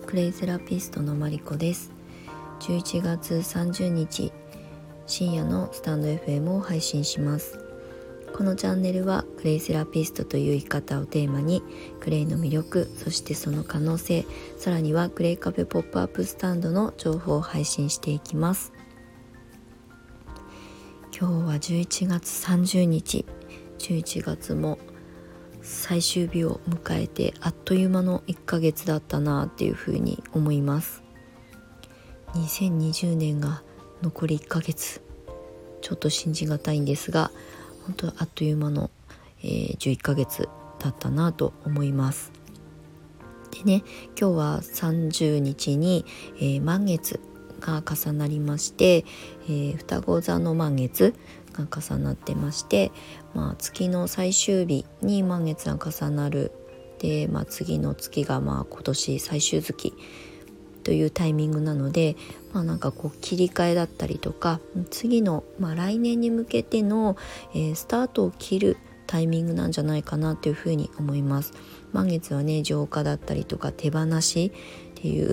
クレイセラピストのマリコです。11月30日深夜のスタンド FM を配信します。このチャンネルはクレイセラピストという生き方をテーマにクレイの魅力、そしてその可能性、さらにはクレイカフェポップアップスタンドの情報を配信していきます。今日は11月30日、11月も最終日を迎えてあっという間の1ヶ月だったなっていうふうに思います。2020年が残り1ヶ月、ちょっと信じがたいんですが、本当あっという間の、11ヶ月だったなと思います。でね、今日は30日に、満月が重なりまして、双子座の満月が重なってまして、月の最終日に満月が重なるで、次の月が今年最終月というタイミングなので、切り替えだったりとか次の、来年に向けての、スタートを切るタイミングなんじゃないかなというふうに思います。満月はね、浄化だったりとか手放しっていう、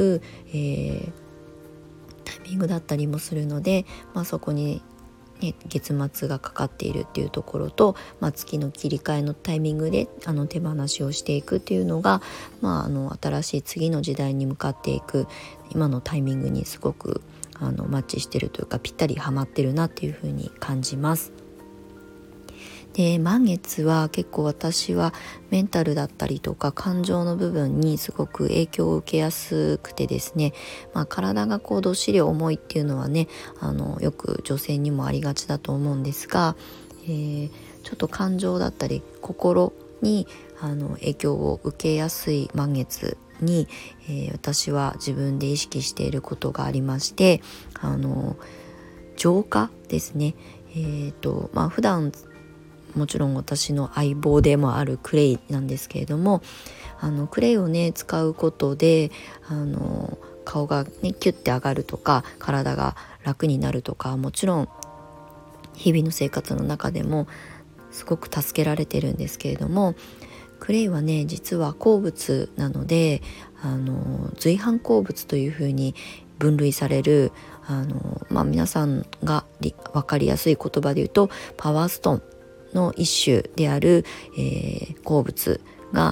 タイミングだったりもするので、そこに、月末がかかっているっていうところと、月の切り替えのタイミングで手放しをしていくっていうのが、新しい次の時代に向かっていく今のタイミングにすごくマッチしてるというか、ぴったりハマってるなっていうふうに感じます。で、満月は結構私はメンタルだったりとか感情の部分にすごく影響を受けやすくてですね、体がどっしり重いっていうのはね、よく女性にもありがちだと思うんですが、ちょっと感情だったり心に影響を受けやすい満月に、私は自分で意識していることがありまして、浄化ですね。普段もちろん私の相棒でもあるクレイなんですけれども、クレイをね使うことで顔がねキュッて上がるとか、体が楽になるとか、もちろん日々の生活の中でもすごく助けられてるんですけれども、クレイはね実は鉱物なので、随伴鉱物というふうに分類される、皆さんが分かりやすい言葉で言うとパワーストーンの一種である、鉱物が、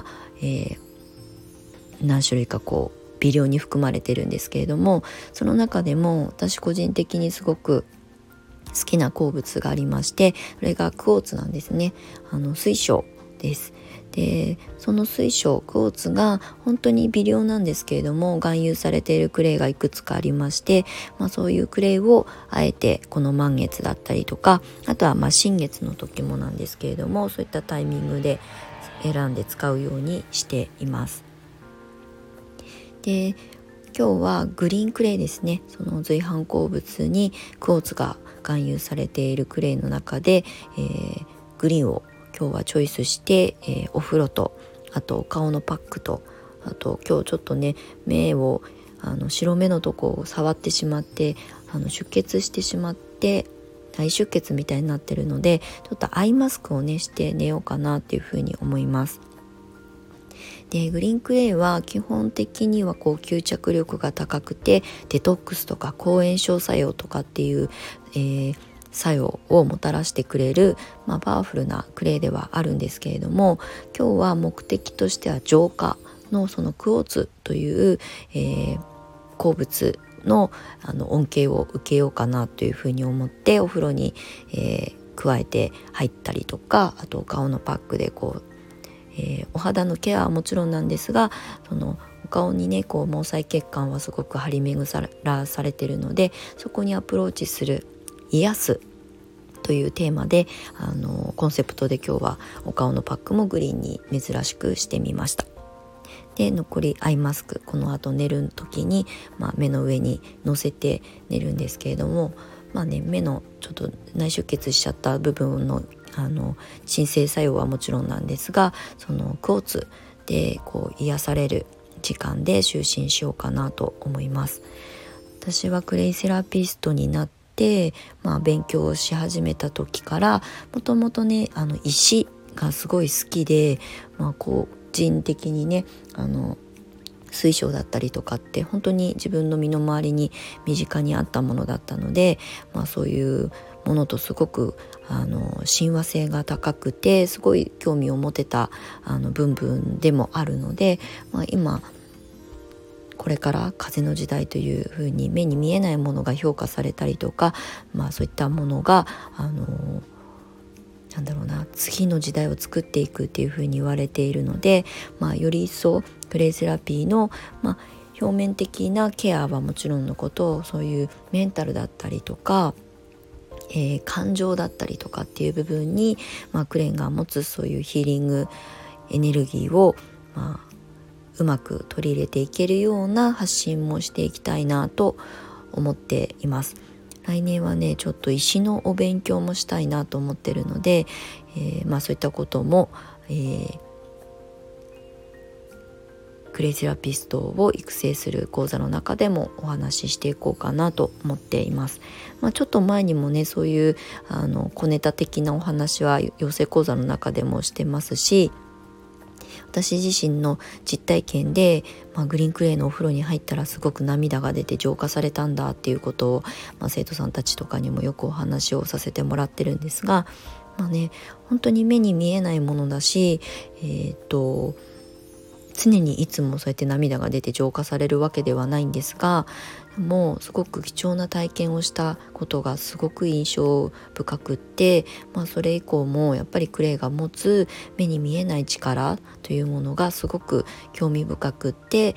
何種類か微量に含まれてるんですけれども、その中でも私個人的にすごく好きな鉱物がありまして、それがクォーツなんですね。水晶です。で、その水晶クォーツが本当に微量なんですけれども、含有されているクレイがいくつかありまして、そういうクレイをあえてこの満月だったりとか、あとは新月の時もなんですけれども、そういったタイミングで選んで使うようにしています。で、今日はグリーンクレイですね。その随伴鉱物にクォーツが含有されているクレイの中で、グリーンを今日はチョイスして、お風呂と、あとお顔のパックと、あと今日ちょっとね目を白目のとこを触ってしまって出血してしまって大出血みたいになってるので、ちょっとアイマスクをねして寝ようかなっていうふうに思います。で、グリーンクレイは基本的には吸着力が高くて、デトックスとか抗炎症作用とかっていう、作用をもたらしてくれる、パワフルなクレイではあるんですけれども、今日は目的としては浄化のそのクォーツという、鉱物の恩恵を受けようかなというふうに思って、お風呂に、加えて入ったりとか、あとお顔のパックでお肌のケアはもちろんなんですが、そのお顔にね毛細血管はすごく張り巡らされているので、そこにアプローチする、癒すというテーマでコンセプトで今日はお顔のパックもグリーンに珍しくしてみました。で、残りアイマスク、この後寝る時に、目の上に乗せて寝るんですけれども、目のちょっと内出血しちゃった部分の鎮静作用はもちろんなんですが、そのクォーツで癒される時間で就寝しようかなと思います。私はクレイセラピストになって、勉強をし始めた時からもともとね石がすごい好きで、個人的にね水晶だったりとかって本当に自分の身の回りに身近にあったものだったので、そういうものとすごく親和性が高くてすごい興味を持てた部分でもあるので、今これから風の時代というふうに目に見えないものが評価されたりとか、そういったものが次の時代を作っていくっていうふうに言われているので、より一層クレイセラピーの、表面的なケアはもちろんのこと、そういうメンタルだったりとか、感情だったりとかっていう部分に、クレイが持つそういうヒーリングエネルギーを、うまく取り入れていけるような発信もしていきたいなと思っています。来年はねちょっと石のお勉強もしたいなと思ってるので、そういったことも、クレイセラピストを育成する講座の中でもお話ししていこうかなと思っています。ちょっと前にもねそういう小ネタ的なお話は養成講座の中でもしてますし、私自身の実体験で、グリーンクレイのお風呂に入ったらすごく涙が出て浄化されたんだっていうことを、生徒さんたちとかにもよくお話をさせてもらってるんですが、本当に目に見えないものだし、常にいつもそうやって涙が出て浄化されるわけではないんですが、もうすごく貴重な体験をしたことがすごく印象深くって、それ以降もやっぱりクレイが持つ目に見えない力というものがすごく興味深くって、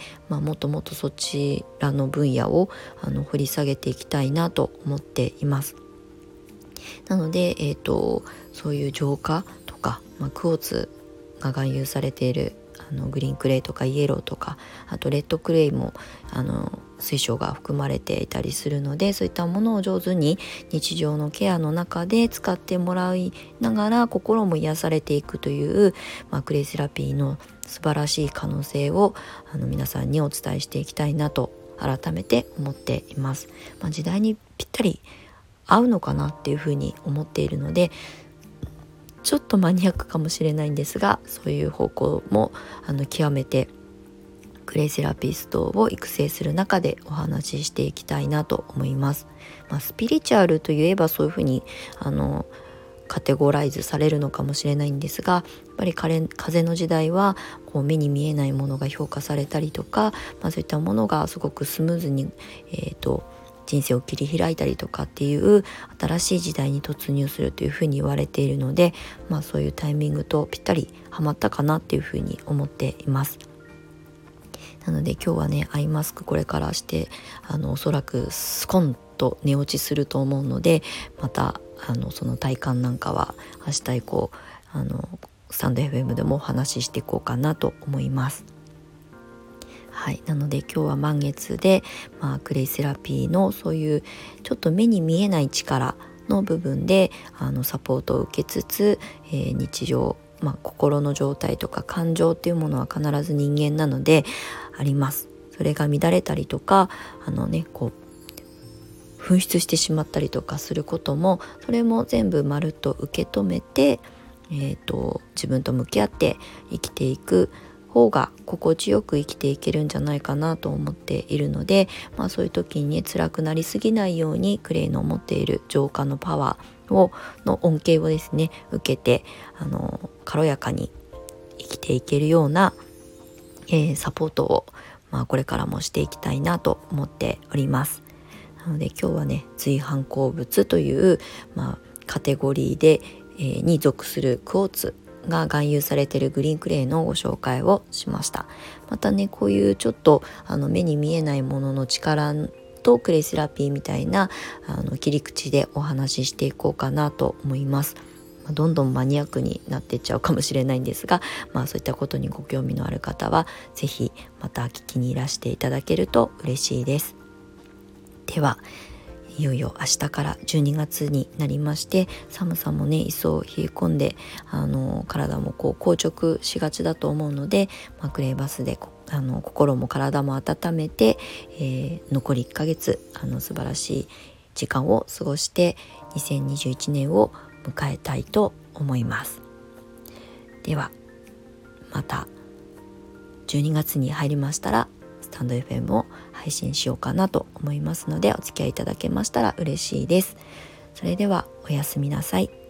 もっともっとそちらの分野を掘り下げていきたいなと思っています。なので、そういう浄化とか、クォーツが含有されているグリーンクレイとかイエローとか、あとレッドクレイも水晶が含まれていたりするので、そういったものを上手に日常のケアの中で使ってもらいながら心も癒されていくという、クレイセラピーの素晴らしい可能性を皆さんにお伝えしていきたいなと改めて思っています。時代にぴったり合うのかなっていうふうに思っているので、ちょっとマニアックかもしれないんですが、そういう方向も極めてクレイセラピストを育成する中でお話ししていきたいなと思います。スピリチュアルといえばそういうふうにカテゴライズされるのかもしれないんですが、やっぱり風の時代はこう目に見えないものが評価されたりとか、そういったものがすごくスムーズに人生を切り開いたりとかっていう新しい時代に突入するというふうに言われているので、そういうタイミングとぴったりはまったかなっていうふうに思っています。なので今日はねアイマスクこれからしておそらくスコンと寝落ちすると思うので、またその体感なんかは明日以降スタンド FM でもお話ししていこうかなと思います。はい、なので今日は満月で、クレイセラピーのそういうちょっと目に見えない力の部分でサポートを受けつつ、日常、心の状態とか感情っていうものは必ず人間なのであります。それが乱れたりとか紛失してしまったりとかすることも、それも全部まるっと受け止めて、自分と向き合って生きていく方が心地よく生きていけるんじゃないかなと思っているので、そういう時に辛くなりすぎないようにクレイの持っている浄化のパワーの恩恵をですね受けて軽やかに生きていけるような、サポートを、これからもしていきたいなと思っております。なので今日はね随伴鉱物という、カテゴリーで、に属するクォーツが含有されているグリーンクレイのご紹介をしました。またねこういうちょっと目に見えないものの力とクレイセラピーみたいな切り口でお話ししていこうかなと思います。どんどんマニアックになっていっちゃうかもしれないんですが、そういったことにご興味のある方はぜひまた聞きにいらしていただけると嬉しいです。ではいよいよ明日から12月になりまして、寒さもね一層冷え込んで体も硬直しがちだと思うので、クレイバスで心も体も温めて、残り1ヶ月素晴らしい時間を過ごして2021年を迎えたいと思います。ではまた12月に入りましたらスタンド FM を配信しようかなと思いますので、お付き合いいただけましたら嬉しいです。それではおやすみなさい。